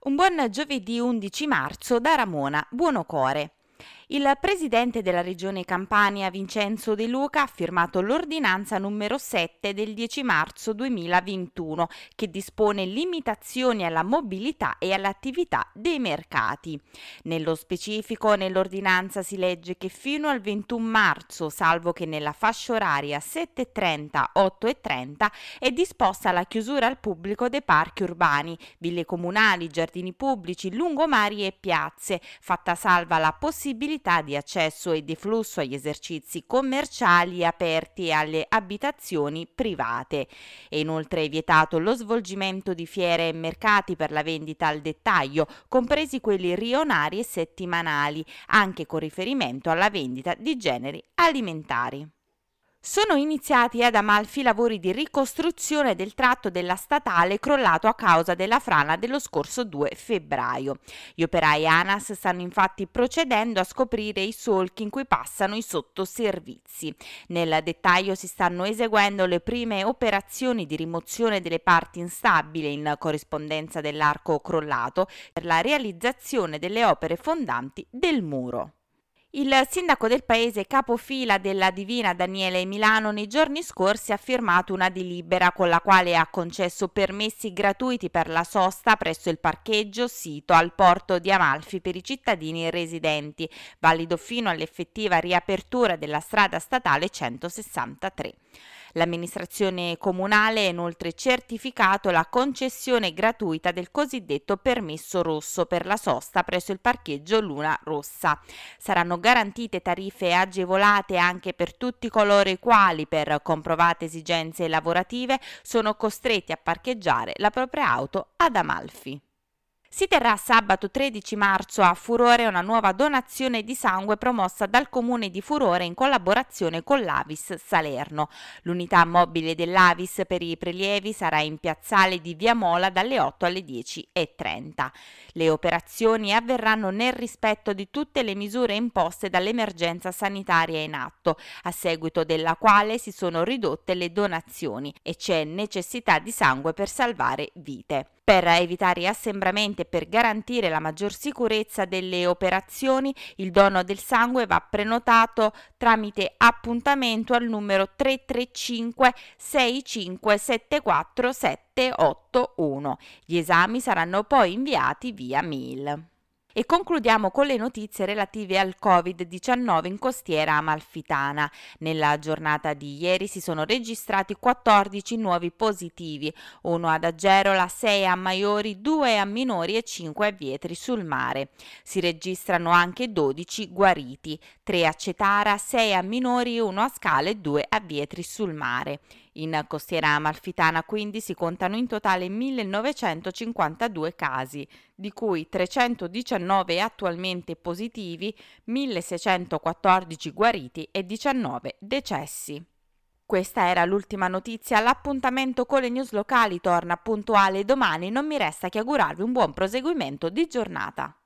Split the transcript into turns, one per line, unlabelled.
Un buon giovedì 11 marzo da Ramona Buonocore. Il presidente della regione Campania, Vincenzo De Luca, ha firmato l'ordinanza numero 7 del 10 marzo 2021 che dispone limitazioni alla mobilità e all'attività dei mercati. Nello specifico, nell'ordinanza si legge che fino al 21 marzo, salvo che nella fascia oraria 7:30-8:30, è disposta la chiusura al pubblico dei parchi urbani, ville comunali, giardini pubblici, lungomari e piazze, fatta salva la possibilità di accesso e di flusso agli esercizi commerciali aperti e alle abitazioni private. È inoltre vietato lo svolgimento di fiere e mercati per la vendita al dettaglio, compresi quelli rionari e settimanali, anche con riferimento alla vendita di generi alimentari. Sono iniziati ad Amalfi lavori di ricostruzione del tratto della statale crollato a causa della frana dello scorso 2 febbraio. Gli operai ANAS stanno infatti procedendo a scoprire i solchi in cui passano i sottoservizi. Nel dettaglio si stanno eseguendo le prime operazioni di rimozione delle parti instabili in corrispondenza dell'arco crollato per la realizzazione delle opere fondanti del muro. Il sindaco del paese, capofila della Divina Daniele Milano, nei giorni scorsi ha firmato una delibera con la quale ha concesso permessi gratuiti per la sosta presso il parcheggio sito al porto di Amalfi per i cittadini residenti, valido fino all'effettiva riapertura della strada statale 163. L'amministrazione comunale ha inoltre certificato la concessione gratuita del cosiddetto permesso rosso per la sosta presso il parcheggio Luna Rossa. Saranno garantite tariffe agevolate anche per tutti coloro i quali, per comprovate esigenze lavorative, sono costretti a parcheggiare la propria auto ad Amalfi. Si terrà sabato 13 marzo a Furore una nuova donazione di sangue promossa dal comune di Furore in collaborazione con l'Avis Salerno. L'unità mobile dell'Avis per i prelievi sarà in piazzale di Via Mola dalle 8 alle 10:30. Le operazioni avverranno nel rispetto di tutte le misure imposte dall'emergenza sanitaria in atto, a seguito della quale si sono ridotte le donazioni e c'è necessità di sangue per salvare vite. Per evitare assembramenti e per garantire la maggior sicurezza delle operazioni, il dono del sangue va prenotato tramite appuntamento al numero 335 6574 781. Gli esami saranno poi inviati via mail. E concludiamo con le notizie relative al Covid-19 in costiera amalfitana. Nella giornata di ieri si sono registrati 14 nuovi positivi, 1 ad Agerola, 6 a Maiori, 2 a Minori e 5 a Vietri sul Mare. Si registrano anche 12 guariti, 3 a Cetara, 6 a Minori, 1 a Scala e 2 a Vietri sul Mare. In costiera amalfitana quindi si contano in totale 1952 casi, di cui 319 attualmente positivi, 1614 guariti e 19 decessi. Questa era l'ultima notizia, l'appuntamento con le news locali torna puntuale domani, non mi resta che augurarvi un buon proseguimento di giornata.